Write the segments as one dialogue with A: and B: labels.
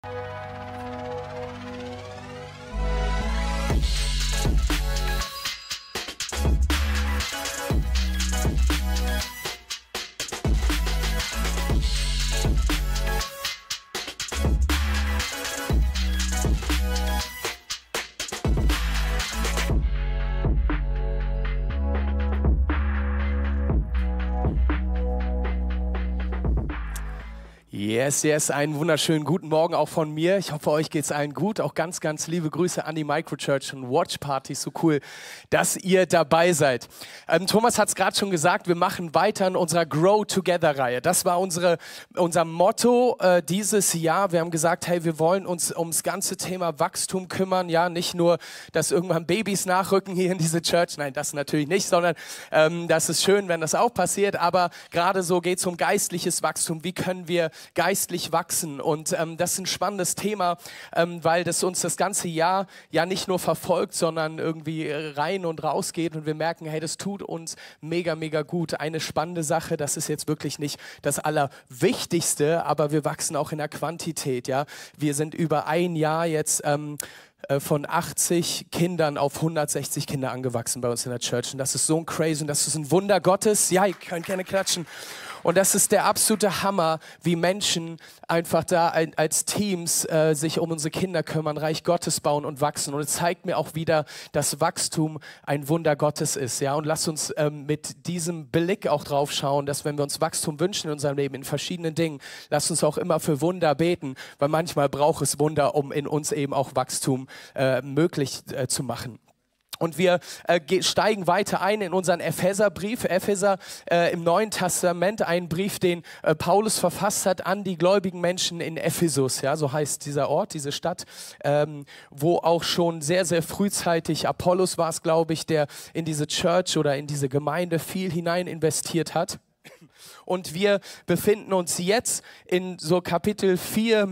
A: Yes, einen wunderschönen guten Morgen auch von mir. Ich hoffe, euch geht es allen gut. Auch ganz, ganz liebe Grüße an die Microchurch und Watch Party. So cool, dass ihr dabei seid. Thomas hat es gerade schon gesagt, wir machen weiter in unserer Grow Together-Reihe. Das war unser Motto dieses Jahr. Wir haben gesagt, hey, wir wollen uns ums ganze Thema Wachstum kümmern. Ja, nicht nur, dass irgendwann Babys nachrücken hier in diese Church. Nein, das natürlich nicht, sondern das ist schön, wenn das auch passiert. Aber gerade so geht es um geistliches Wachstum. Wie können wir geistlich wachsen? Und das ist ein spannendes Thema, weil das uns das ganze Jahr ja nicht nur verfolgt, sondern irgendwie rein und raus geht und wir merken, hey, das tut uns mega, mega gut. Eine spannende Sache, das ist jetzt wirklich nicht das Allerwichtigste, aber wir wachsen auch in der Quantität. Ja? Wir sind über ein Jahr jetzt von 80 Kindern auf 160 Kinder angewachsen bei uns in der Church. Und das ist so ein Crazy und das ist ein Wunder Gottes. Ja, ihr könnt gerne klatschen. Und das ist der absolute Hammer, wie Menschen einfach da als Teams sich um unsere Kinder kümmern, Reich Gottes bauen und wachsen. Und es zeigt mir auch wieder, dass Wachstum ein Wunder Gottes ist. Ja? Und lasst uns mit diesem Blick auch drauf schauen, dass wenn wir uns Wachstum wünschen in unserem Leben, in verschiedenen Dingen, lasst uns auch immer für Wunder beten, weil manchmal braucht es Wunder, um in uns eben auch Wachstum möglich zu machen. Und wir steigen weiter ein in unseren Epheserbrief. Epheser im Neuen Testament, ein Brief, den Paulus verfasst hat an die gläubigen Menschen in Ephesus. Ja, so heißt dieser Ort, diese Stadt, wo auch schon sehr, sehr frühzeitig Apollos war es, glaube ich, der in diese Church oder in diese Gemeinde viel hinein investiert hat. Und wir befinden uns jetzt in so Kapitel 4,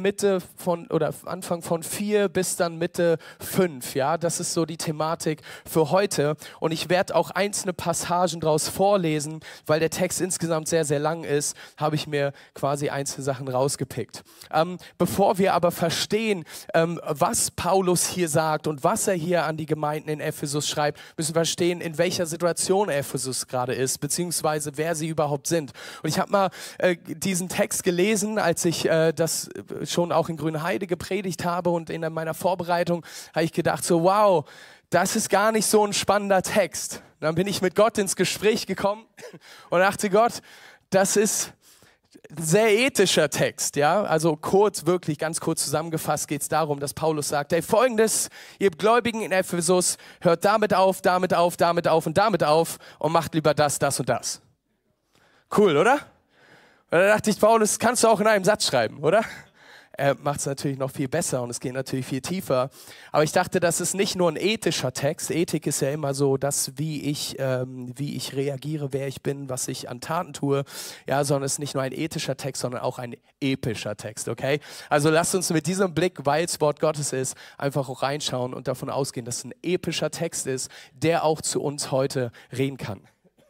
A: Anfang von 4 bis dann Mitte 5. Ja? Das ist so die Thematik für heute. Und ich werde auch einzelne Passagen daraus vorlesen, weil der Text insgesamt sehr, sehr lang ist, habe ich mir quasi einzelne Sachen rausgepickt. Bevor wir aber verstehen, was Paulus hier sagt und was er hier an die Gemeinden in Ephesus schreibt, müssen wir verstehen, in welcher Situation Ephesus gerade ist, beziehungsweise wer sie überhaupt sind. Und ich habe mal diesen Text gelesen, als ich das schon auch in Grünheide gepredigt habe und in meiner Vorbereitung habe ich gedacht so, wow, das ist gar nicht so ein spannender Text. Dann bin ich mit Gott ins Gespräch gekommen und dachte, Gott, das ist ein sehr ethischer Text. Ja? Also ganz kurz zusammengefasst geht es darum, dass Paulus sagt, hey, Folgendes, ihr Gläubigen in Ephesus, hört damit auf, damit auf, damit auf und damit auf und macht lieber das, das und das. Cool, oder? Und da dachte ich, Paulus, kannst du auch in einem Satz schreiben, oder? Er macht es natürlich noch viel besser und es geht natürlich viel tiefer. Aber ich dachte, das ist nicht nur ein ethischer Text. Ethik ist ja immer so, wie ich reagiere, wer ich bin, was ich an Taten tue. Ja, sondern es ist nicht nur ein ethischer Text, sondern auch ein epischer Text, okay? Also lasst uns mit diesem Blick, weil es Wort Gottes ist, einfach auch reinschauen und davon ausgehen, dass es ein epischer Text ist, der auch zu uns heute reden kann.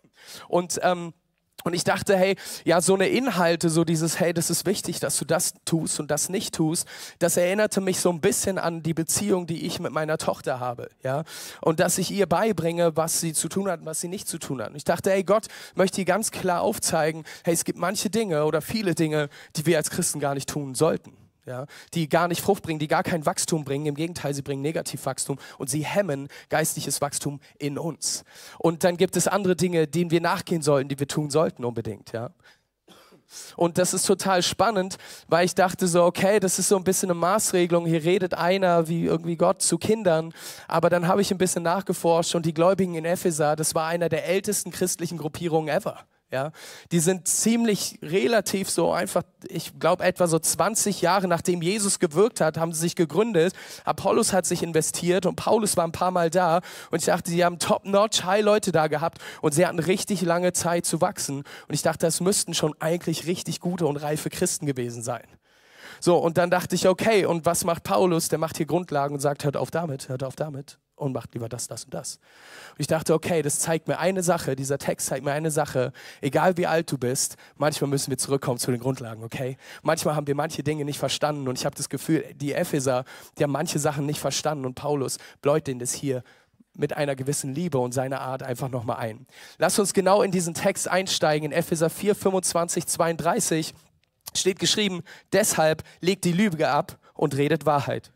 A: Und ich dachte, hey, ja, so eine Inhalte, so dieses, hey, das ist wichtig, dass du das tust und das nicht tust, das erinnerte mich so ein bisschen an die Beziehung, die ich mit meiner Tochter habe, ja. Und dass ich ihr beibringe, was sie zu tun hat und was sie nicht zu tun hat. Und ich dachte, hey, Gott möchte ihr ganz klar aufzeigen, hey, es gibt manche Dinge oder viele Dinge, die wir als Christen gar nicht tun sollten. Ja, die gar nicht Frucht bringen, die gar kein Wachstum bringen. Im Gegenteil, sie bringen Negativwachstum und sie hemmen geistliches Wachstum in uns. Und dann gibt es andere Dinge, denen wir nachgehen sollten, die wir tun sollten unbedingt. Ja. Und das ist total spannend, weil ich dachte so, okay, das ist so ein bisschen eine Maßregelung. Hier redet einer wie irgendwie Gott zu Kindern. Aber dann habe ich ein bisschen nachgeforscht und die Gläubigen in Epheser, das war einer der ältesten christlichen Gruppierungen ever. Ja, die sind relativ so einfach, ich glaube etwa so 20 Jahre nachdem Jesus gewirkt hat, haben sie sich gegründet. Apollos hat sich investiert und Paulus war ein paar Mal da. Und ich dachte, sie haben top-notch High-Leute da gehabt und sie hatten richtig lange Zeit zu wachsen. Und ich dachte, das müssten schon eigentlich richtig gute und reife Christen gewesen sein. So, und dann dachte ich, okay, und was macht Paulus? Der macht hier Grundlagen und sagt, hört auf damit und macht lieber das, das und das. Und ich dachte, okay, das zeigt mir eine Sache, dieser Text zeigt mir eine Sache, egal wie alt du bist, manchmal müssen wir zurückkommen zu den Grundlagen, okay? Manchmal haben wir manche Dinge nicht verstanden und ich habe das Gefühl, die Epheser, die haben manche Sachen nicht verstanden und Paulus bläut ihnen das hier mit einer gewissen Liebe und seiner Art einfach nochmal ein. Lass uns genau in diesen Text einsteigen, in Epheser 4, 25, 32 steht geschrieben, deshalb legt die Lüge ab und redet Wahrheit.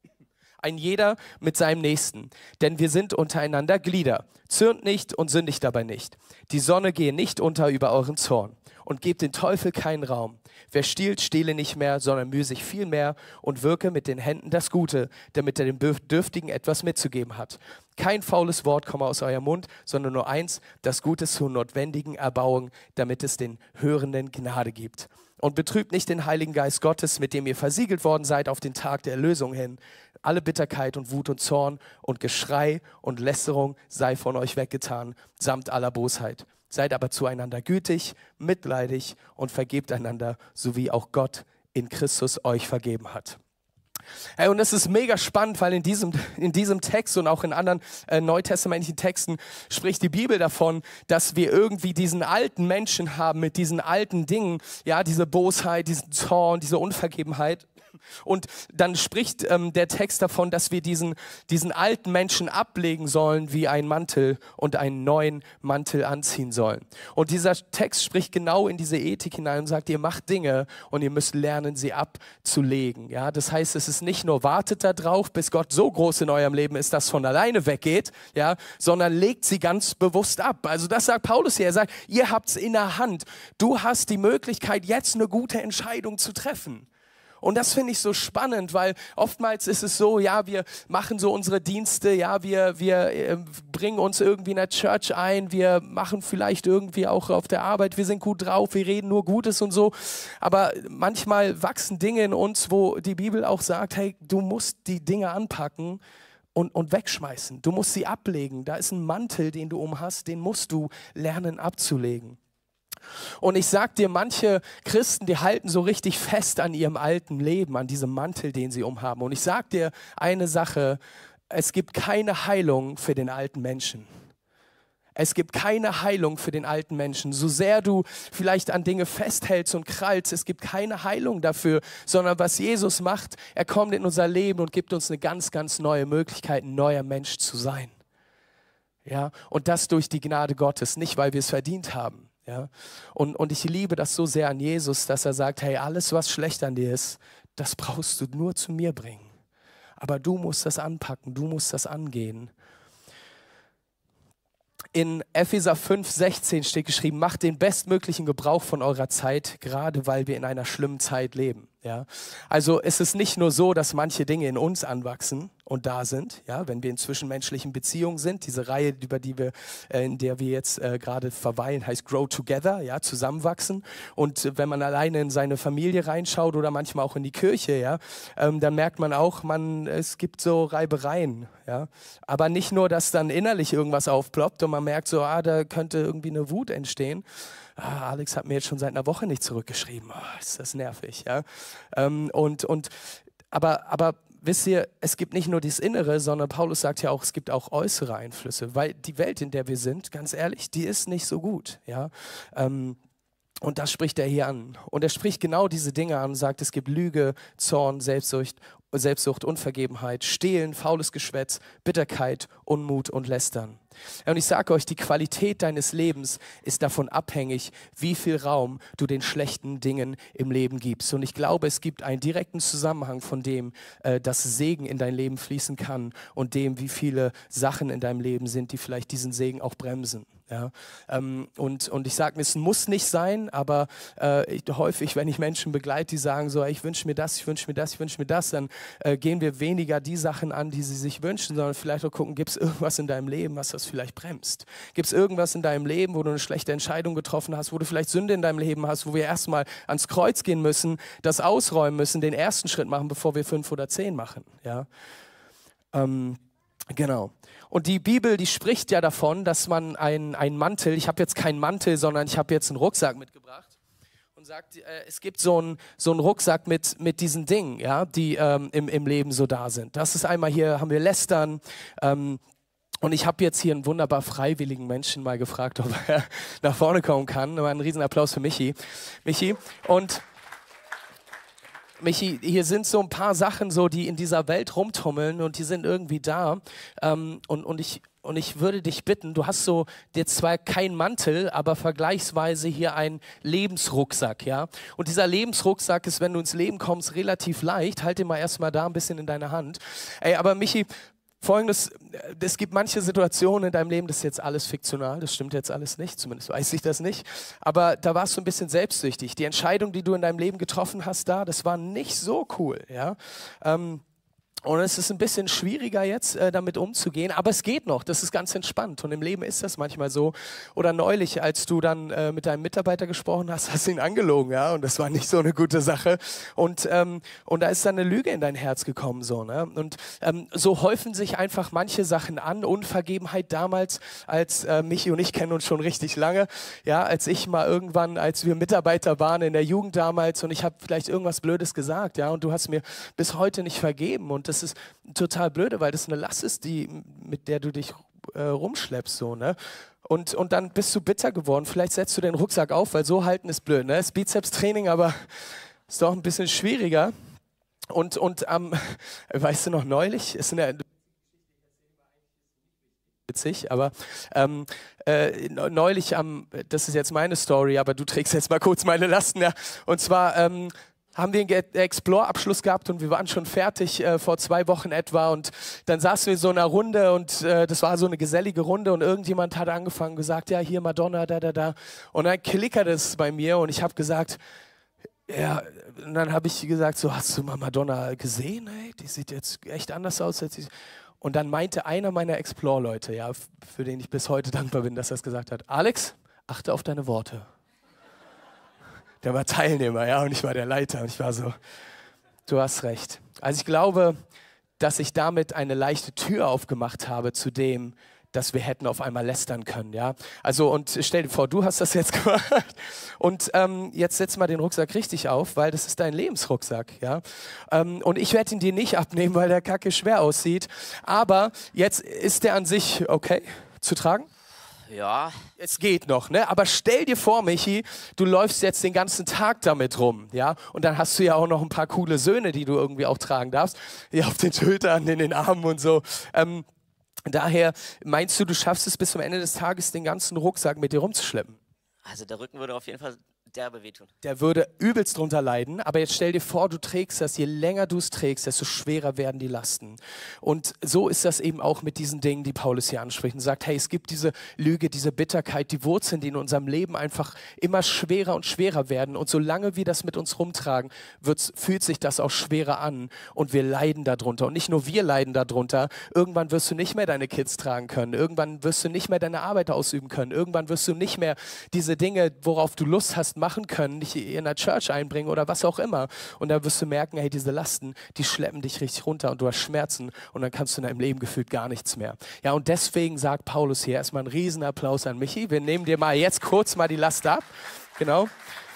A: Ein jeder mit seinem Nächsten, denn wir sind untereinander Glieder. Zürnt nicht und sündigt dabei nicht. Die Sonne gehe nicht unter über euren Zorn und gebt den Teufel keinen Raum. Wer stiehlt, stehle nicht mehr, sondern mühe sich viel mehr und wirke mit den Händen das Gute, damit er dem Bedürftigen etwas mitzugeben hat. Kein faules Wort komme aus eurem Mund, sondern nur eins, das Gute zur notwendigen Erbauung, damit es den Hörenden Gnade gibt. Und betrübt nicht den Heiligen Geist Gottes, mit dem ihr versiegelt worden seid auf den Tag der Erlösung hin. Alle Bitterkeit und Wut und Zorn und Geschrei und Lästerung sei von euch weggetan, samt aller Bosheit. Seid aber zueinander gütig, mitleidig und vergebt einander, so wie auch Gott in Christus euch vergeben hat. Hey, und das ist mega spannend, weil in diesem Text und auch in anderen neutestamentlichen Texten spricht die Bibel davon, dass wir irgendwie diesen alten Menschen haben mit diesen alten Dingen, ja, diese Bosheit, diesen Zorn, diese Unvergebenheit. Und dann spricht der Text davon, dass wir diesen alten Menschen ablegen sollen wie ein Mantel und einen neuen Mantel anziehen sollen. Und dieser Text spricht genau in diese Ethik hinein und sagt, ihr macht Dinge und ihr müsst lernen, sie abzulegen. Ja, das heißt, es ist nicht nur wartet da drauf, bis Gott so groß in eurem Leben ist, dass es von alleine weggeht, ja, sondern legt sie ganz bewusst ab. Also das sagt Paulus hier. Er sagt, ihr habt es in der Hand. Du hast die Möglichkeit, jetzt eine gute Entscheidung zu treffen. Und das finde ich so spannend, weil oftmals ist es so, ja, wir machen so unsere Dienste, ja, wir bringen uns irgendwie in der Church ein, wir machen vielleicht irgendwie auch auf der Arbeit, wir sind gut drauf, wir reden nur Gutes und so. Aber manchmal wachsen Dinge in uns, wo die Bibel auch sagt, hey, du musst die Dinge anpacken und wegschmeißen. Du musst sie ablegen. Da ist ein Mantel, den du umhast, den musst du lernen abzulegen. Und ich sag dir, manche Christen, die halten so richtig fest an ihrem alten Leben, an diesem Mantel, den sie umhaben. Und ich sag dir eine Sache, es gibt keine Heilung für den alten Menschen. Es gibt keine Heilung für den alten Menschen. So sehr du vielleicht an Dinge festhältst und krallst, es gibt keine Heilung dafür, sondern was Jesus macht, er kommt in unser Leben und gibt uns eine ganz, ganz neue Möglichkeit, ein neuer Mensch zu sein. Ja? Und das durch die Gnade Gottes, nicht weil wir es verdient haben. Ja? Und ich liebe das so sehr an Jesus, dass er sagt, hey, alles, was schlecht an dir ist, das brauchst du nur zu mir bringen. Aber du musst das anpacken, du musst das angehen. In Epheser 5, 16 steht geschrieben, macht den bestmöglichen Gebrauch von eurer Zeit, gerade weil wir in einer schlimmen Zeit leben. Ja? Also es ist nicht nur so, dass manche Dinge in uns anwachsen und da sind, ja, wenn wir in zwischenmenschlichen Beziehungen sind. Diese Reihe, in der wir jetzt gerade verweilen, heißt Grow Together, ja, zusammenwachsen. Und wenn man alleine in seine Familie reinschaut oder manchmal auch in die Kirche, ja, dann merkt man auch, es gibt so Reibereien. Ja. Aber nicht nur, dass dann innerlich irgendwas aufploppt und man merkt so, da könnte irgendwie eine Wut entstehen. Alex hat mir jetzt schon seit einer Woche nicht zurückgeschrieben. Ist das nervig. Ja? Aber wisst ihr, es gibt nicht nur das Innere, sondern Paulus sagt ja auch, es gibt auch äußere Einflüsse, weil die Welt, in der wir sind, ganz ehrlich, die ist nicht so gut. Ja? Und das spricht er hier an. Und er spricht genau diese Dinge an und sagt, es gibt Lüge, Zorn, Selbstsucht, Unvergebenheit, Stehlen, faules Geschwätz, Bitterkeit, Unmut und Lästern. Ja, und ich sage euch, die Qualität deines Lebens ist davon abhängig, wie viel Raum du den schlechten Dingen im Leben gibst. Und ich glaube, es gibt einen direkten Zusammenhang von dem, dass Segen in dein Leben fließen kann und dem, wie viele Sachen in deinem Leben sind, die vielleicht diesen Segen auch bremsen. Ja, und ich sage, es muss nicht sein, aber häufig, wenn ich Menschen begleite, die sagen so, ich wünsche mir das, ich wünsche mir das, ich wünsche mir das, dann gehen wir weniger die Sachen an, die sie sich wünschen, sondern vielleicht auch gucken, gibt es irgendwas in deinem Leben, was das vielleicht bremst? Gibt es irgendwas in deinem Leben, wo du eine schlechte Entscheidung getroffen hast, wo du vielleicht Sünde in deinem Leben hast, wo wir erstmal ans Kreuz gehen müssen, das ausräumen müssen, den ersten Schritt machen, bevor wir 5 oder 10 machen. Ja? Genau. Und die Bibel, die spricht ja davon, dass man einen Mantel, ich habe jetzt keinen Mantel, sondern ich habe jetzt einen Rucksack mitgebracht. Und und sagt, es gibt so einen Rucksack mit diesen Dingen, ja, die im Leben so da sind. Das ist einmal hier, haben wir Lästern. Und ich habe jetzt hier einen wunderbar freiwilligen Menschen mal gefragt, ob er nach vorne kommen kann. Mal einen riesen Applaus für Michi. Michi, hier sind so ein paar Sachen, so, die in dieser Welt rumtummeln und die sind irgendwie da. Und ich würde dich bitten, du hast so jetzt zwar keinen Mantel, aber vergleichsweise hier einen Lebensrucksack, ja. Und dieser Lebensrucksack ist, wenn du ins Leben kommst, relativ leicht. Halt den mal erstmal da ein bisschen in deine Hand. Ey, aber Michi, Folgendes, es gibt manche Situationen in deinem Leben, das ist jetzt alles fiktional, das stimmt jetzt alles nicht, zumindest weiß ich das nicht, aber da warst du ein bisschen selbstsüchtig. Die Entscheidung, die du in deinem Leben getroffen hast das war nicht so cool, ja. Und es ist ein bisschen schwieriger jetzt, damit umzugehen, aber es geht noch, das ist ganz entspannt und im Leben ist das manchmal so. Oder neulich, als du dann mit deinem Mitarbeiter gesprochen hast, hast du ihn angelogen, ja, und das war nicht so eine gute Sache. Und da ist dann eine Lüge in dein Herz gekommen, so, ne? Und so häufen sich einfach manche Sachen an. Unvergebenheit damals, als Michi und ich kennen uns schon richtig lange, ja, als ich mal irgendwann, als wir Mitarbeiter waren in der Jugend damals und ich habe vielleicht irgendwas Blödes gesagt, ja, und du hast mir bis heute nicht vergeben und das ist total blöde, weil das eine Last ist, mit der du dich rumschleppst, so, ne? Und dann bist du bitter geworden. Vielleicht setzt du den Rucksack auf, weil so halten ist blöd, ne? Das Bizeps-Training, aber ist doch ein bisschen schwieriger. Und weißt du noch, neulich, ist witzig, aber neulich das ist jetzt meine Story, aber du trägst jetzt mal kurz meine Lasten, ja. Und zwar haben wir einen Explore-Abschluss gehabt und wir waren schon fertig vor 2 Wochen etwa und dann saßen wir in so einer Runde und das war so eine gesellige Runde und irgendjemand hat angefangen und gesagt, ja, hier Madonna, da. Und dann klickert es bei mir und ich habe gesagt, ja, und dann habe ich gesagt, so, hast du mal Madonna gesehen? Hey, die sieht jetzt echt anders aus als ich. Und dann meinte einer meiner Explore-Leute, ja, für den ich bis heute dankbar bin, dass er es gesagt hat, Alex, achte auf deine Worte. Der war Teilnehmer, ja, und ich war der Leiter. Und ich war so, du hast recht. Also ich glaube, dass ich damit eine leichte Tür aufgemacht habe zu dem, dass wir hätten auf einmal lästern können, ja. Also und stell dir vor, du hast das jetzt gemacht und jetzt setz mal den Rucksack richtig auf, weil das ist dein Lebensrucksack, ja. Und ich werde ihn dir nicht abnehmen, weil der Kacke schwer aussieht, aber jetzt ist der an sich okay zu tragen.
B: Ja.
A: Es geht noch, ne? Aber stell dir vor, Michi, du läufst jetzt den ganzen Tag damit rum, ja? Und dann hast du ja auch noch ein paar coole Söhne, die du irgendwie auch tragen darfst. Ja, auf den Schultern, in den Armen und so. Daher meinst du schaffst es bis zum Ende des Tages, den ganzen Rucksack mit dir rumzuschleppen?
B: Also der Rücken würde auf jeden Fall derbe wehtun.
A: Der würde übelst drunter leiden, aber jetzt stell dir vor, du trägst das, je länger du es trägst, desto schwerer werden die Lasten. Und so ist das eben auch mit diesen Dingen, die Paulus hier anspricht und sagt, hey, es gibt diese Lüge, diese Bitterkeit, die Wurzeln, die in unserem Leben einfach immer schwerer und schwerer werden. Und solange wir das mit uns rumtragen, fühlt sich das auch schwerer an und wir leiden darunter. Und nicht nur wir leiden darunter, irgendwann wirst du nicht mehr deine Kids tragen können, irgendwann wirst du nicht mehr deine Arbeit ausüben können, irgendwann wirst du nicht mehr diese Dinge, worauf du Lust hast, machen können, dich in der Church einbringen oder was auch immer. Und dann wirst du merken, hey, diese Lasten, die schleppen dich richtig runter und du hast Schmerzen und dann kannst du in deinem Leben gefühlt gar nichts mehr. Ja, und deswegen sagt Paulus hier erstmal einen riesen Applaus an Michi. Wir nehmen dir mal jetzt kurz mal die Last ab. Genau.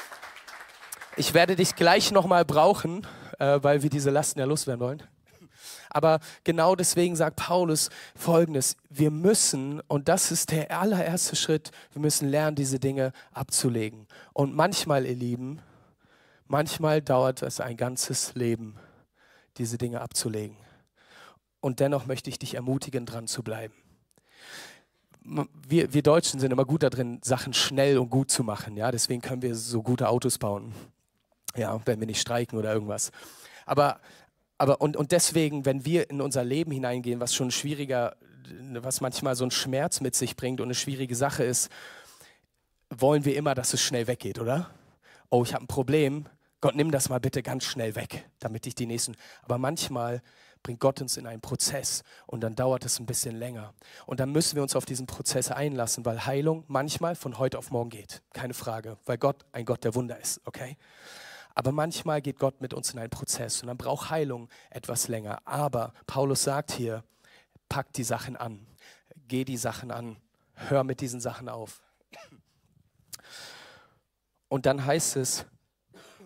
A: Ich werde dich gleich nochmal brauchen, weil wir diese Lasten ja loswerden wollen. Aber genau deswegen sagt Paulus Folgendes: Wir müssen, und das ist der allererste Schritt, wir müssen lernen, diese Dinge abzulegen. Und manchmal, ihr Lieben, manchmal dauert es ein ganzes Leben, diese Dinge abzulegen. Und dennoch möchte ich dich ermutigen, dran zu bleiben. Wir Deutschen sind immer gut darin, Sachen schnell und gut zu machen. Ja? Deswegen können wir so gute Autos bauen, ja, wenn wir nicht streiken oder irgendwas. Aber deswegen, wenn wir in unser Leben hineingehen, was schon schwieriger, was manchmal so einen Schmerz mit sich bringt und eine schwierige Sache ist, wollen wir immer, dass es schnell weggeht, oder? Oh, ich habe ein Problem. Gott, nimm das mal bitte ganz schnell weg, damit ich die nächsten... Aber manchmal bringt Gott uns in einen Prozess und dann dauert es ein bisschen länger. Und dann müssen wir uns auf diesen Prozess einlassen, weil Heilung manchmal von heute auf morgen geht. Keine Frage, weil Gott ein Gott der Wunder ist, okay? Aber manchmal geht Gott mit uns in einen Prozess und dann braucht Heilung etwas länger. Aber Paulus sagt hier, pack die Sachen an, geh die Sachen an, hör mit diesen Sachen auf. Und dann heißt es,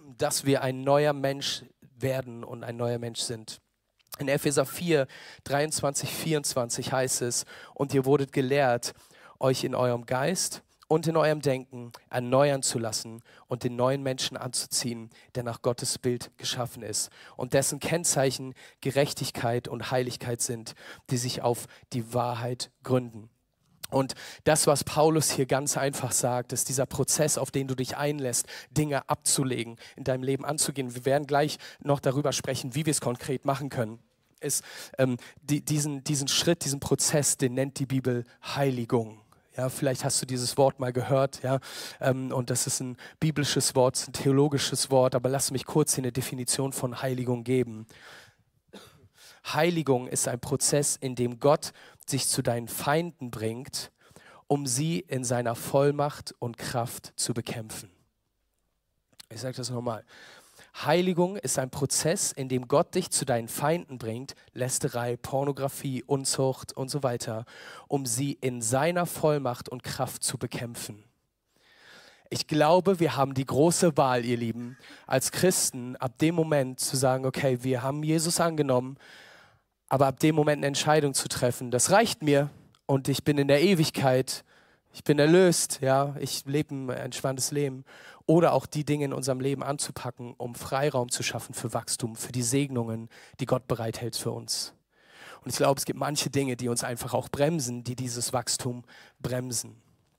A: dass wir ein neuer Mensch werden und ein neuer Mensch sind. In Epheser 4, 23, 24 heißt es, und ihr wurdet gelehrt, euch in eurem Geist und in eurem Denken erneuern zu lassen und den neuen Menschen anzuziehen, der nach Gottes Bild geschaffen ist und dessen Kennzeichen Gerechtigkeit und Heiligkeit sind, die sich auf die Wahrheit gründen. Und das, was Paulus hier ganz einfach sagt, ist dieser Prozess, auf den du dich einlässt, Dinge abzulegen, in deinem Leben anzugehen. Wir werden gleich noch darüber sprechen, wie wir es konkret machen können. Ist diesen Schritt, diesen Prozess, den nennt die Bibel Heiligung. Ja, vielleicht hast du dieses Wort mal gehört, ja, und das ist ein biblisches Wort, ein theologisches Wort, aber lass mich kurz hier eine Definition von Heiligung geben. Heiligung ist ein Prozess, in dem Gott sich zu deinen Feinden bringt, um sie in seiner Vollmacht und Kraft zu bekämpfen. Ich sage das nochmal. Heiligung ist ein Prozess, in dem Gott dich zu deinen Feinden bringt, Lästerei, Pornografie, Unzucht und so weiter, um sie in seiner Vollmacht und Kraft zu bekämpfen. Ich glaube, wir haben die große Wahl, ihr Lieben, als Christen, ab dem Moment zu sagen, okay, wir haben Jesus angenommen, aber ab dem Moment eine Entscheidung zu treffen, das reicht mir und ich bin in der Ewigkeit, ich bin erlöst, ja, ich lebe ein entspanntes Leben. Oder auch die Dinge in unserem Leben anzupacken, um Freiraum zu schaffen für Wachstum, für die Segnungen, die Gott bereithält für uns. Und ich glaube, es gibt manche Dinge, die uns einfach auch bremsen, die dieses Wachstum bremsen.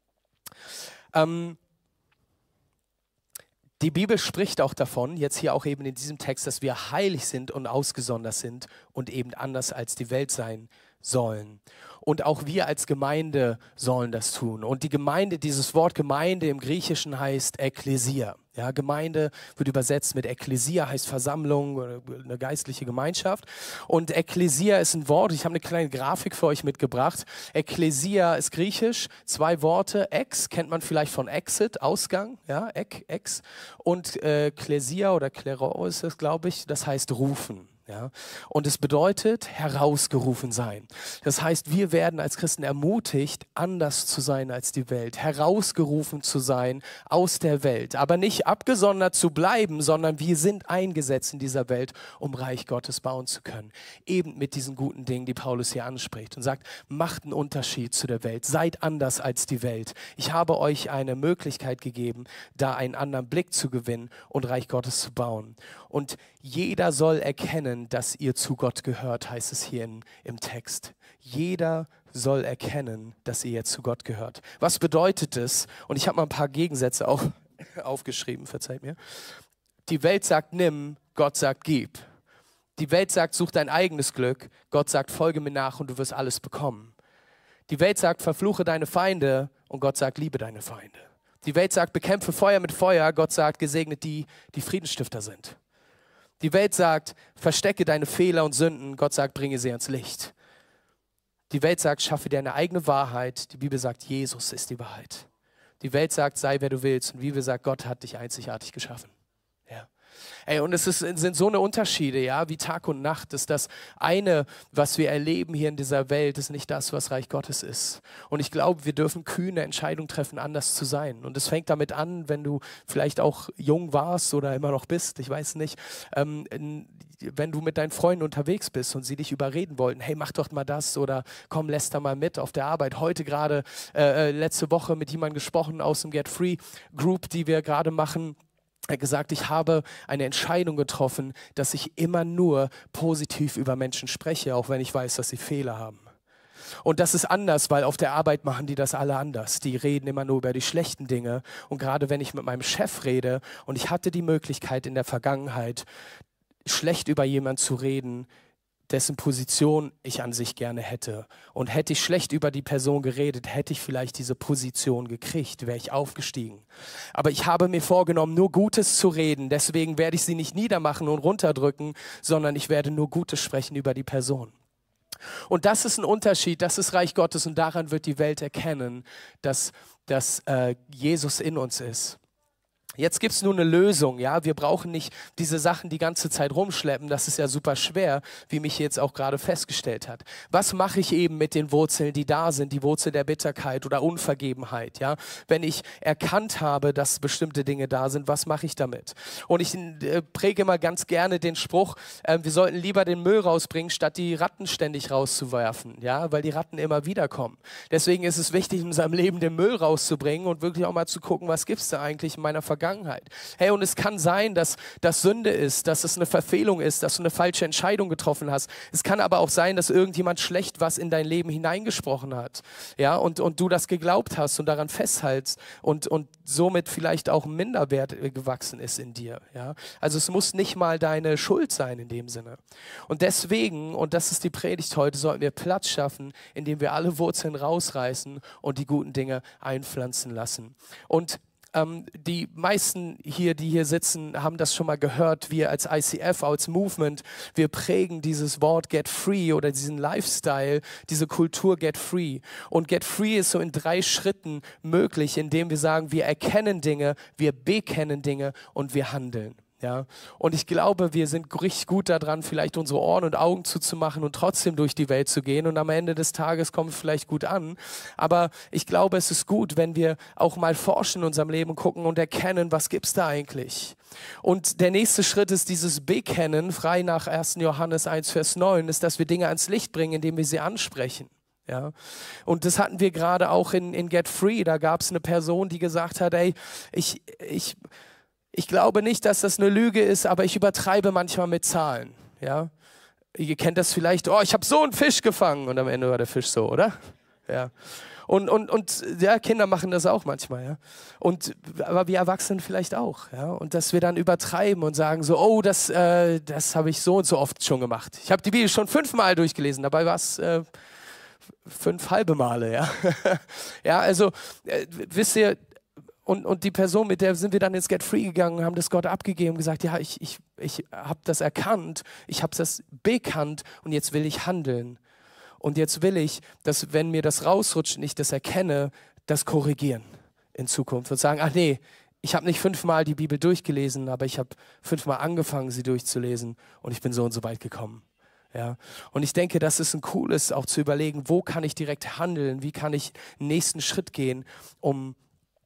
A: Die Bibel spricht auch davon, jetzt hier auch eben in diesem Text, dass wir heilig sind und ausgesondert sind und eben anders als die Welt sein sollen. Und auch wir als Gemeinde sollen das tun. Und die Gemeinde, dieses Wort Gemeinde im Griechischen heißt Ekklesia. Ja, Gemeinde wird übersetzt mit Ekklesia, heißt Versammlung, eine geistliche Gemeinschaft. Und Ekklesia ist ein Wort, ich habe eine kleine Grafik für euch mitgebracht. Ekklesia ist griechisch, 2 Worte. Ex kennt man vielleicht von Exit, Ausgang, ja, Ex. Und Klesia oder Klero ist es, glaube ich, das heißt rufen. Ja, und es bedeutet herausgerufen sein. Das heißt, wir werden als Christen ermutigt, anders zu sein als die Welt, herausgerufen zu sein aus der Welt, aber nicht abgesondert zu bleiben, sondern wir sind eingesetzt in dieser Welt, um Reich Gottes bauen zu können. Eben mit diesen guten Dingen, die Paulus hier anspricht und sagt, macht einen Unterschied zu der Welt, seid anders als die Welt. Ich habe euch eine Möglichkeit gegeben, da einen anderen Blick zu gewinnen und Reich Gottes zu bauen. Und jeder soll erkennen, dass ihr zu Gott gehört, heißt es hier im Text. Jeder soll erkennen, dass ihr jetzt zu Gott gehört. Was bedeutet es? Und ich habe mal ein paar Gegensätze auch aufgeschrieben, verzeiht mir. Die Welt sagt nimm, Gott sagt gib. Die Welt sagt such dein eigenes Glück, Gott sagt folge mir nach und du wirst alles bekommen. Die Welt sagt verfluche deine Feinde und Gott sagt liebe deine Feinde. Die Welt sagt bekämpfe Feuer mit Feuer, Gott sagt gesegnet die, die Friedensstifter sind. Die Welt sagt, verstecke deine Fehler und Sünden. Gott sagt, bringe sie ans Licht. Die Welt sagt, schaffe dir eine eigene Wahrheit. Die Bibel sagt, Jesus ist die Wahrheit. Die Welt sagt, sei wer du willst. Und die Bibel sagt, Gott hat dich einzigartig geschaffen. Ja. Ey, und es sind so eine Unterschiede, ja, wie Tag und Nacht. Ist das eine, was wir erleben hier in dieser Welt, ist nicht das, was Reich Gottes ist. Und ich glaube, wir dürfen kühne Entscheidungen treffen, anders zu sein. Und es fängt damit an, wenn du vielleicht auch jung warst oder immer noch bist, ich weiß nicht, wenn du mit deinen Freunden unterwegs bist und sie dich überreden wollten, hey, mach doch mal das oder komm, lässt da mal mit auf der Arbeit. Heute gerade, letzte Woche mit jemandem gesprochen aus dem Get Free Group, die wir gerade machen. Er hat gesagt, ich habe eine Entscheidung getroffen, dass ich immer nur positiv über Menschen spreche, auch wenn ich weiß, dass sie Fehler haben. Und das ist anders, weil auf der Arbeit machen die das alle anders. Die reden immer nur über die schlechten Dinge. Und gerade wenn ich mit meinem Chef rede und ich hatte die Möglichkeit in der Vergangenheit, schlecht über jemanden zu reden, dessen Position ich an sich gerne hätte. Und hätte ich schlecht über die Person geredet, hätte ich vielleicht diese Position gekriegt, wäre ich aufgestiegen. Aber ich habe mir vorgenommen, nur Gutes zu reden. Deswegen werde ich sie nicht niedermachen und runterdrücken, sondern ich werde nur Gutes sprechen über die Person. Und das ist ein Unterschied, das ist Reich Gottes und daran wird die Welt erkennen, dass Jesus in uns ist. Jetzt gibt es nur eine Lösung, ja. Wir brauchen nicht diese Sachen die ganze Zeit rumschleppen. Das ist ja super schwer, wie mich jetzt auch gerade festgestellt hat. Was mache ich eben mit den Wurzeln, die da sind, die Wurzel der Bitterkeit oder Unvergebenheit, ja? Wenn ich erkannt habe, dass bestimmte Dinge da sind, was mache ich damit? Und ich präge immer ganz gerne den Spruch, wir sollten lieber den Müll rausbringen, statt die Ratten ständig rauszuwerfen, ja? Weil die Ratten immer wieder kommen. Deswegen ist es wichtig, in unserem Leben den Müll rauszubringen und wirklich auch mal zu gucken, was gibt es da eigentlich in meiner Vergangenheit. Hey, und es kann sein, dass das Sünde ist, dass es eine Verfehlung ist, dass du eine falsche Entscheidung getroffen hast. Es kann aber auch sein, dass irgendjemand schlecht was in dein Leben hineingesprochen hat, ja, und du das geglaubt hast und daran festhältst und somit vielleicht auch ein Minderwert gewachsen ist in dir, ja. Also es muss nicht mal deine Schuld sein in dem Sinne. Und deswegen, und das ist die Predigt heute, sollten wir Platz schaffen, indem wir alle Wurzeln rausreißen und die guten Dinge einpflanzen lassen. Und die meisten hier, die hier sitzen, haben das schon mal gehört. Wir als ICF, als Movement, wir prägen dieses Wort Get Free oder diesen Lifestyle, diese Kultur Get Free. Und Get Free ist so in 3 Schritten möglich, indem wir sagen, wir erkennen Dinge, wir bekennen Dinge und wir handeln. Ja, und ich glaube, wir sind richtig gut daran, vielleicht unsere Ohren und Augen zuzumachen und trotzdem durch die Welt zu gehen. Und am Ende des Tages kommt es vielleicht gut an. Aber ich glaube, es ist gut, wenn wir auch mal forschen in unserem Leben, gucken und erkennen, was gibt es da eigentlich. Und der nächste Schritt ist dieses Bekennen, frei nach 1. Johannes 1, Vers 9, ist, dass wir Dinge ans Licht bringen, indem wir sie ansprechen. Ja, und das hatten wir gerade auch in Get Free. Da gab es eine Person, die gesagt hat, ey, ich glaube nicht, dass das eine Lüge ist, aber ich übertreibe manchmal mit Zahlen. Ja? Ihr kennt das vielleicht, oh, ich habe so einen Fisch gefangen und am Ende war der Fisch so, oder? Ja. Und ja, Kinder machen das auch manchmal. Ja? Aber wir Erwachsenen vielleicht auch. Ja? Und dass wir dann übertreiben und sagen so, oh, das habe ich so und so oft schon gemacht. Ich habe die Bibel schon 5-mal durchgelesen, dabei war es 5 halbe Male. Ja, ja, also wisst ihr, und die Person, mit der sind wir dann ins Get Free gegangen und haben das Gott abgegeben und gesagt, ja, ich habe das erkannt, ich habe das bekannt und jetzt will ich handeln. Und jetzt will ich, dass wenn mir das rausrutscht und ich das erkenne, das korrigieren in Zukunft und sagen, ach nee, ich habe nicht 5-mal die Bibel durchgelesen, aber ich habe 5-mal angefangen, sie durchzulesen und ich bin so und so weit gekommen. Ja, und ich denke, das ist ein cooles, auch zu überlegen, wo kann ich direkt handeln, wie kann ich den nächsten Schritt gehen, um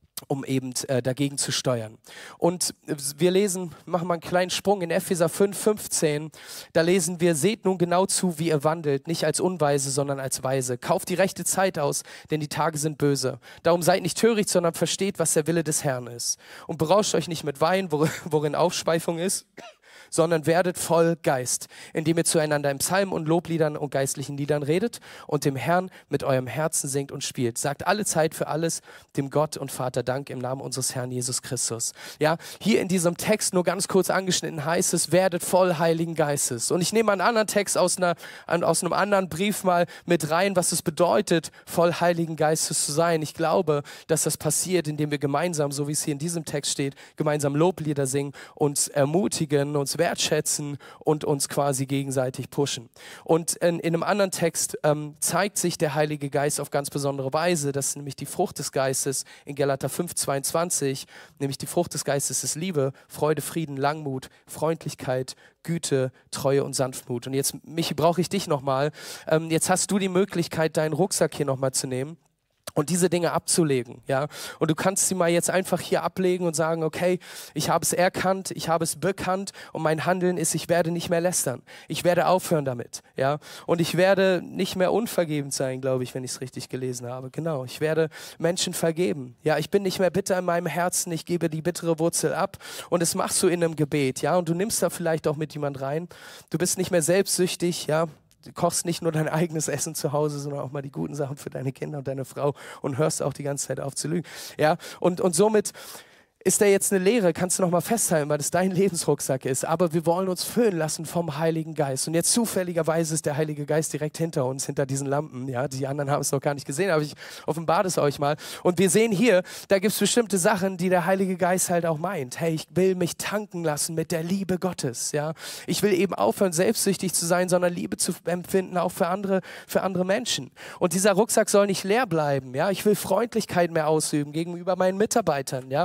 A: eben dagegen zu steuern. Und wir machen mal einen kleinen Sprung in Epheser 5, 15. Da lesen wir, seht nun genau zu, wie ihr wandelt, nicht als Unweise, sondern als Weise. Kauft die rechte Zeit aus, denn die Tage sind böse. Darum seid nicht töricht, sondern versteht, was der Wille des Herrn ist. Und berauscht euch nicht mit Wein, worin Aufschweifung ist, sondern werdet voll Geist, indem ihr zueinander in Psalmen und Lobliedern und geistlichen Liedern redet und dem Herrn mit eurem Herzen singt und spielt. Sagt alle Zeit für alles dem Gott und Vater Dank im Namen unseres Herrn Jesus Christus. Ja, hier in diesem Text nur ganz kurz angeschnitten heißt es, werdet voll Heiligen Geistes. Und ich nehme einen anderen Text aus einem anderen Brief mal mit rein, was es bedeutet, voll Heiligen Geistes zu sein. Ich glaube, dass das passiert, indem wir gemeinsam, so wie es hier in diesem Text steht, gemeinsam Loblieder singen, uns ermutigen, uns wertschätzen und uns quasi gegenseitig pushen. Und in einem anderen Text zeigt sich der Heilige Geist auf ganz besondere Weise. Das ist nämlich die Frucht des Geistes in Galater 5, 22. Nämlich die Frucht des Geistes ist Liebe, Freude, Frieden, Langmut, Freundlichkeit, Güte, Treue und Sanftmut. Und jetzt, Michi, brauche ich dich nochmal. Jetzt hast du die Möglichkeit, deinen Rucksack hier nochmal zu nehmen und diese Dinge abzulegen, ja. Und du kannst sie mal jetzt einfach hier ablegen und sagen, okay, ich habe es erkannt, ich habe es bekannt und mein Handeln ist, ich werde nicht mehr lästern. Ich werde aufhören damit, ja. Und ich werde nicht mehr unvergebend sein, glaube ich, wenn ich es richtig gelesen habe. Genau, ich werde Menschen vergeben. Ja, ich bin nicht mehr bitter in meinem Herzen, ich gebe die bittere Wurzel ab und das machst du in einem Gebet, ja. Und du nimmst da vielleicht auch mit jemand rein. Du bist nicht mehr selbstsüchtig, ja. Du kochst nicht nur dein eigenes Essen zu Hause, sondern auch mal die guten Sachen für deine Kinder und deine Frau und hörst auch die ganze Zeit auf zu lügen. Ja? Und somit ist da jetzt eine Lehre, kannst du noch mal festhalten, weil das dein Lebensrucksack ist. Aber wir wollen uns füllen lassen vom Heiligen Geist. Und jetzt zufälligerweise ist der Heilige Geist direkt hinter uns, hinter diesen Lampen. Ja, die anderen haben es noch gar nicht gesehen, aber ich offenbare es euch mal. Und wir sehen hier, da gibt es bestimmte Sachen, die der Heilige Geist halt auch meint. Hey, ich will mich tanken lassen mit der Liebe Gottes. Ja, ich will eben aufhören, selbstsüchtig zu sein, sondern Liebe zu empfinden, auch für andere Menschen. Und dieser Rucksack soll nicht leer bleiben. Ja, ich will Freundlichkeit mehr ausüben gegenüber meinen Mitarbeitern. Ja,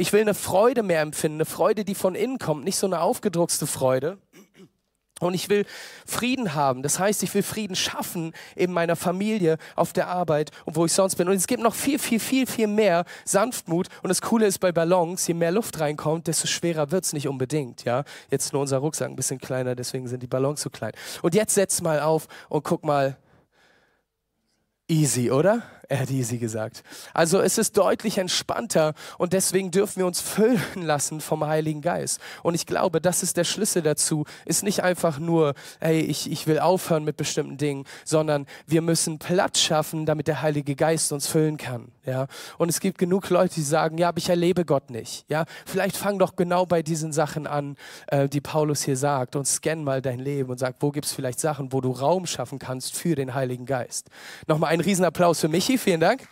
A: Ich will eine Freude mehr empfinden, eine Freude, die von innen kommt, nicht so eine aufgedruckste Freude. Und ich will Frieden haben. Das heißt, ich will Frieden schaffen in meiner Familie, auf der Arbeit und wo ich sonst bin. Und es gibt noch viel mehr Sanftmut. Und das Coole ist bei Ballons, je mehr Luft reinkommt, desto schwerer wird es nicht unbedingt. Ja? Jetzt nur unser Rucksack ein bisschen kleiner, deswegen sind die Ballons so klein. Und jetzt setz mal auf und guck mal. Easy, oder? Er hat easy gesagt. Also es ist deutlich entspannter und deswegen dürfen wir uns füllen lassen vom Heiligen Geist. Und ich glaube, das ist der Schlüssel dazu. Ist nicht einfach nur, hey, ich will aufhören mit bestimmten Dingen, sondern wir müssen Platz schaffen, damit der Heilige Geist uns füllen kann. Ja? Und es gibt genug Leute, die sagen, ja, aber ich erlebe Gott nicht. Ja? Vielleicht fang doch genau bei diesen Sachen an, die Paulus hier sagt, und scann mal dein Leben und sag, wo gibt es vielleicht Sachen, wo du Raum schaffen kannst für den Heiligen Geist. Nochmal einen Riesenapplaus für Michi. Vielen Dank.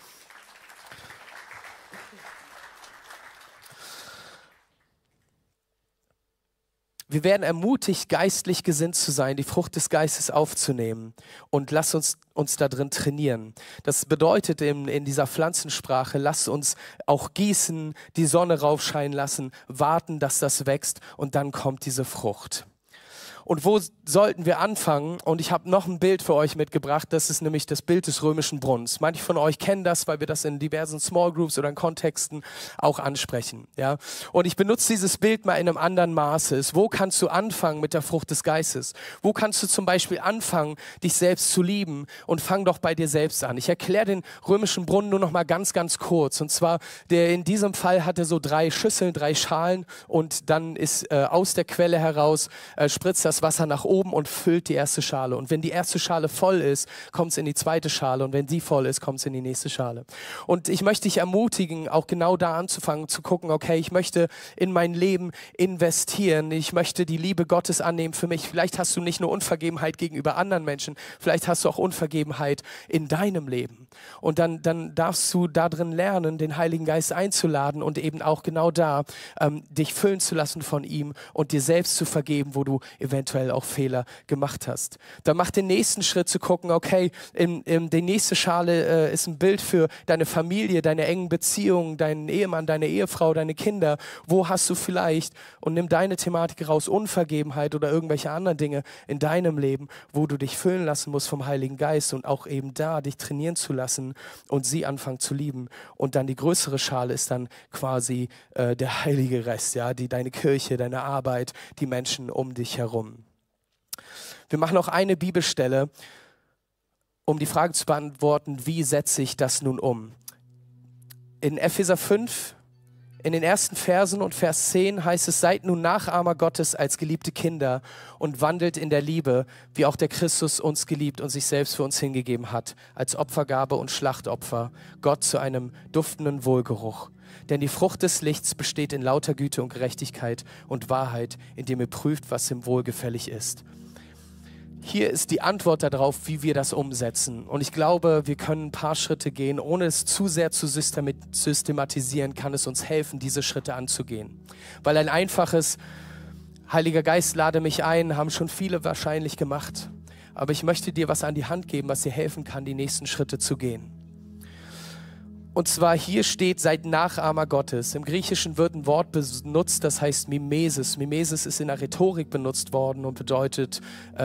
A: Wir werden ermutigt, geistlich gesinnt zu sein, die Frucht des Geistes aufzunehmen und lass uns da drin trainieren. Das bedeutet in dieser Pflanzensprache, lass uns auch gießen, die Sonne raufscheinen lassen, warten, dass das wächst und dann kommt diese Frucht. Und wo sollten wir anfangen? Und ich habe noch ein Bild für euch mitgebracht. Das ist nämlich das Bild des römischen Brunnens. Manche von euch kennen das, weil wir das in diversen Small Groups oder in Kontexten auch ansprechen. Ja? Und ich benutze dieses Bild mal in einem anderen Maße. Wo kannst du anfangen mit der Frucht des Geistes? Wo kannst du zum Beispiel anfangen, dich selbst zu lieben? Und fang doch bei dir selbst an. Ich erkläre den römischen Brunnen nur noch mal ganz kurz. Und zwar, in diesem Fall hat er so 3 Schüsseln, 3 Schalen und dann ist aus der Quelle heraus, spritzt das Wasser nach oben und füllt die erste Schale. Und wenn die erste Schale voll ist, kommt es in die zweite Schale. Und wenn die voll ist, kommt es in die nächste Schale. Und ich möchte dich ermutigen, auch genau da anzufangen, zu gucken, okay, ich möchte in mein Leben investieren. Ich möchte die Liebe Gottes annehmen für mich. Vielleicht hast du nicht nur Unvergebenheit gegenüber anderen Menschen, vielleicht hast du auch Unvergebenheit in deinem Leben. Und dann darfst du da drin lernen, den Heiligen Geist einzuladen und eben auch genau da dich füllen zu lassen von ihm und dir selbst zu vergeben, wo du eventuell auch Fehler gemacht hast. Dann mach den nächsten Schritt zu gucken, okay, die nächste Schale ist ein Bild für deine Familie, deine engen Beziehungen, deinen Ehemann, deine Ehefrau, deine Kinder. Wo hast du vielleicht, und nimm deine Thematik raus, Unvergebenheit oder irgendwelche anderen Dinge in deinem Leben, wo du dich füllen lassen musst vom Heiligen Geist und auch eben da dich trainieren zu lassen und sie anfangen zu lieben. Und dann die größere Schale ist dann quasi der heilige Rest, ja, deine Kirche, deine Arbeit, die Menschen um dich herum. Wir machen noch eine Bibelstelle, um die Frage zu beantworten, wie setze ich das nun um? In Epheser 5, in den ersten Versen und Vers 10 heißt es, seid nun Nachahmer Gottes als geliebte Kinder und wandelt in der Liebe, wie auch der Christus uns geliebt und sich selbst für uns hingegeben hat, als Opfergabe und Schlachtopfer, Gott zu einem duftenden Wohlgeruch. Denn die Frucht des Lichts besteht in lauter Güte und Gerechtigkeit und Wahrheit, indem ihr prüft, was ihm wohlgefällig ist. Hier ist die Antwort darauf, wie wir das umsetzen. Und ich glaube, wir können ein paar Schritte gehen. Ohne es zu sehr zu systematisieren, kann es uns helfen, diese Schritte anzugehen. Weil ein einfaches Heiliger Geist, lade mich ein, haben schon viele wahrscheinlich gemacht. Aber ich möchte dir was an die Hand geben, was dir helfen kann, die nächsten Schritte zu gehen. Und zwar hier steht, seid Nachahmer Gottes. Im Griechischen wird ein Wort benutzt, das heißt Mimesis. Mimesis ist in der Rhetorik benutzt worden und bedeutet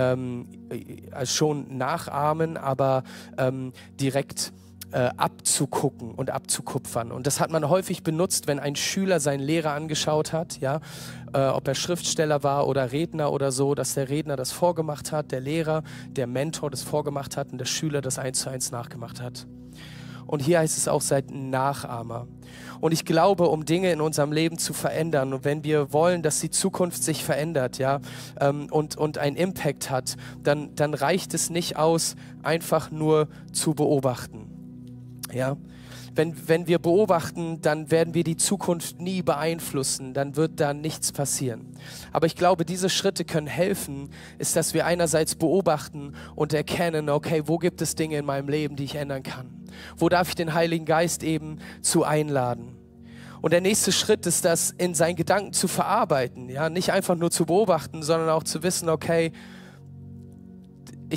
A: schon nachahmen, aber direkt abzugucken und abzukupfern. Und das hat man häufig benutzt, wenn ein Schüler seinen Lehrer angeschaut hat, ja, ob er Schriftsteller war oder Redner oder so, dass der Redner das vorgemacht hat, der Lehrer, der Mentor das vorgemacht hat und der Schüler das 1:1 nachgemacht hat. Und hier heißt es auch, seid Nachahmer. Und ich glaube, um Dinge in unserem Leben zu verändern und wenn wir wollen, dass die Zukunft sich verändert, ja, und einen Impact hat, dann reicht es nicht aus, einfach nur zu beobachten. Ja? Wenn wir beobachten, dann werden wir die Zukunft nie beeinflussen, dann wird da nichts passieren. Aber ich glaube, diese Schritte können helfen, ist, dass wir einerseits beobachten und erkennen, okay, wo gibt es Dinge in meinem Leben, die ich ändern kann? Wo darf ich den Heiligen Geist eben zu einladen? Und der nächste Schritt ist, das in seinen Gedanken zu verarbeiten, ja, nicht einfach nur zu beobachten, sondern auch zu wissen, okay,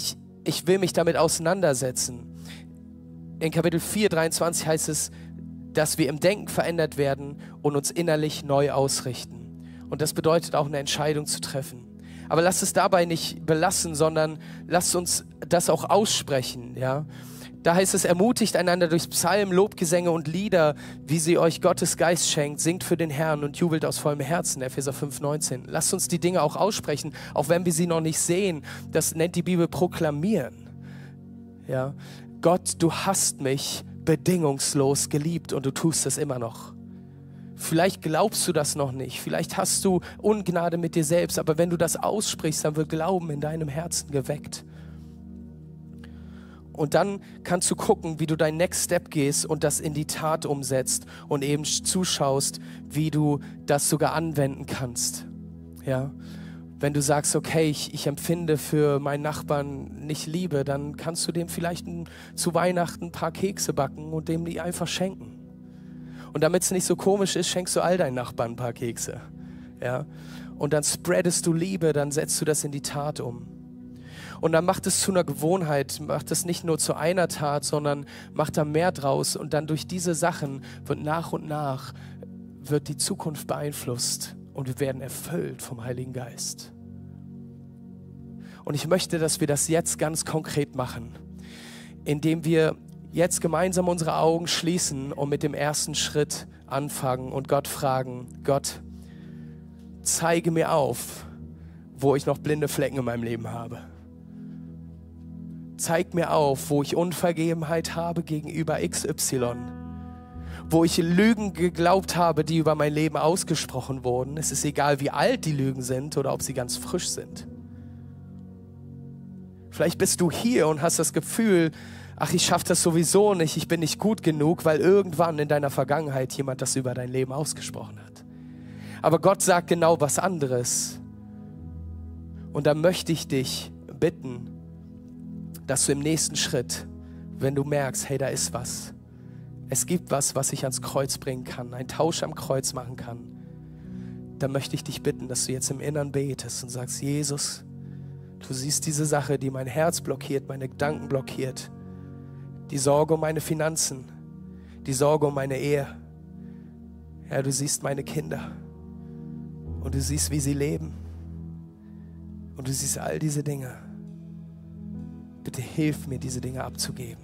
A: ich will mich damit auseinandersetzen. In Kapitel 4, 23 heißt es, dass wir im Denken verändert werden und uns innerlich neu ausrichten. Und das bedeutet auch eine Entscheidung zu treffen. Aber lasst es dabei nicht belassen, sondern lasst uns das auch aussprechen. Ja? Da heißt es, ermutigt einander durch Psalmen, Lobgesänge und Lieder, wie sie euch Gottes Geist schenkt. Singt für den Herrn und jubelt aus vollem Herzen. Epheser 5,19. Lasst uns die Dinge auch aussprechen, auch wenn wir sie noch nicht sehen. Das nennt die Bibel proklamieren. Ja? Gott, du hast mich bedingungslos geliebt und du tust es immer noch. Vielleicht glaubst du das noch nicht, vielleicht hast du Ungnade mit dir selbst, aber wenn du das aussprichst, dann wird Glauben in deinem Herzen geweckt. Und dann kannst du gucken, wie du deinen Next Step gehst und das in die Tat umsetzt und eben zuschaust, wie du das sogar anwenden kannst. Ja? Wenn du sagst, okay, ich empfinde für meinen Nachbarn nicht Liebe, dann kannst du dem vielleicht zu Weihnachten ein paar Kekse backen und dem die einfach schenken. Und damit es nicht so komisch ist, schenkst du all deinen Nachbarn ein paar Kekse. Ja? Und dann spreadest du Liebe, dann setzt du das in die Tat um. Und dann macht es zu einer Gewohnheit, macht es nicht nur zu einer Tat, sondern macht da mehr draus. Und dann durch diese Sachen wird nach und nach die Zukunft beeinflusst und wir werden erfüllt vom Heiligen Geist. Und ich möchte, dass wir das jetzt ganz konkret machen, indem wir jetzt gemeinsam unsere Augen schließen und mit dem ersten Schritt anfangen und Gott fragen, Gott, zeige mir auf, wo ich noch blinde Flecken in meinem Leben habe. Zeig mir auf, wo ich Unvergebenheit habe gegenüber XY, wo ich Lügen geglaubt habe, die über mein Leben ausgesprochen wurden. Es ist egal, wie alt die Lügen sind oder ob sie ganz frisch sind. Vielleicht bist du hier und hast das Gefühl, ach, ich schaffe das sowieso nicht, ich bin nicht gut genug, weil irgendwann in deiner Vergangenheit jemand das über dein Leben ausgesprochen hat. Aber Gott sagt genau was anderes. Und da möchte ich dich bitten, dass du im nächsten Schritt, wenn du merkst, hey, da ist was, es gibt was, was ich ans Kreuz bringen kann, einen Tausch am Kreuz machen kann, dann möchte ich dich bitten, dass du jetzt im Innern betest und sagst, Jesus, du siehst diese Sache, die mein Herz blockiert, meine Gedanken blockiert, die Sorge um meine Finanzen, die Sorge um meine Ehe. Ja, du siehst meine Kinder und du siehst, wie sie leben und du siehst all diese Dinge. Bitte hilf mir, diese Dinge abzugeben.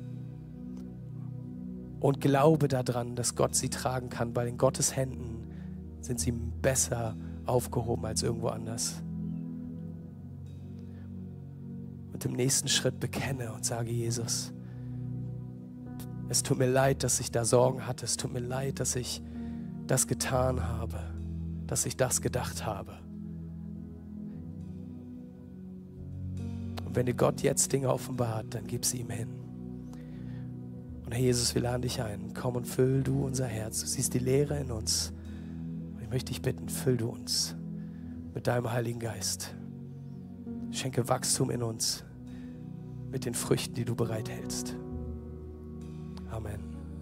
A: Und glaube daran, dass Gott sie tragen kann, weil in Gottes Händen sind sie besser aufgehoben als irgendwo anders. Und im nächsten Schritt bekenne und sage, Jesus, es tut mir leid, dass ich da Sorgen hatte. Es tut mir leid, dass ich das getan habe, dass ich das gedacht habe. Und wenn dir Gott jetzt Dinge offenbart, dann gib sie ihm hin. Und Herr Jesus, wir laden dich ein. Komm und füll du unser Herz. Du siehst die Leere in uns. Und ich möchte dich bitten, füll du uns mit deinem Heiligen Geist. Schenke Wachstum in uns mit den Früchten, die du bereithältst. Amen.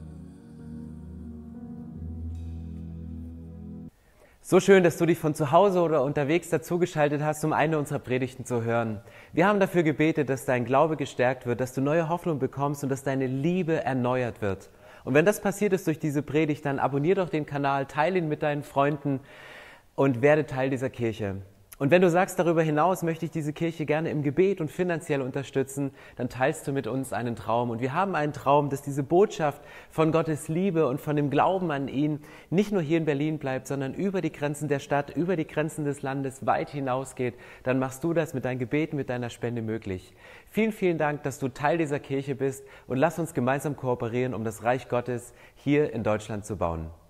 C: So schön, dass du dich von zu Hause oder unterwegs dazugeschaltet hast, um eine unserer Predigten zu hören. Wir haben dafür gebetet, dass dein Glaube gestärkt wird, dass du neue Hoffnung bekommst und dass deine Liebe erneuert wird. Und wenn das passiert ist durch diese Predigt, dann abonniere doch den Kanal, teile ihn mit deinen Freunden und werde Teil dieser Kirche. Und wenn du sagst, darüber hinaus möchte ich diese Kirche gerne im Gebet und finanziell unterstützen, dann teilst du mit uns einen Traum. Und wir haben einen Traum, dass diese Botschaft von Gottes Liebe und von dem Glauben an ihn nicht nur hier in Berlin bleibt, sondern über die Grenzen der Stadt, über die Grenzen des Landes weit hinausgeht. Dann machst du das mit deinen Gebeten, mit deiner Spende möglich. Vielen, vielen Dank, dass du Teil dieser Kirche bist und lass uns gemeinsam kooperieren, um das Reich Gottes hier in Deutschland zu bauen.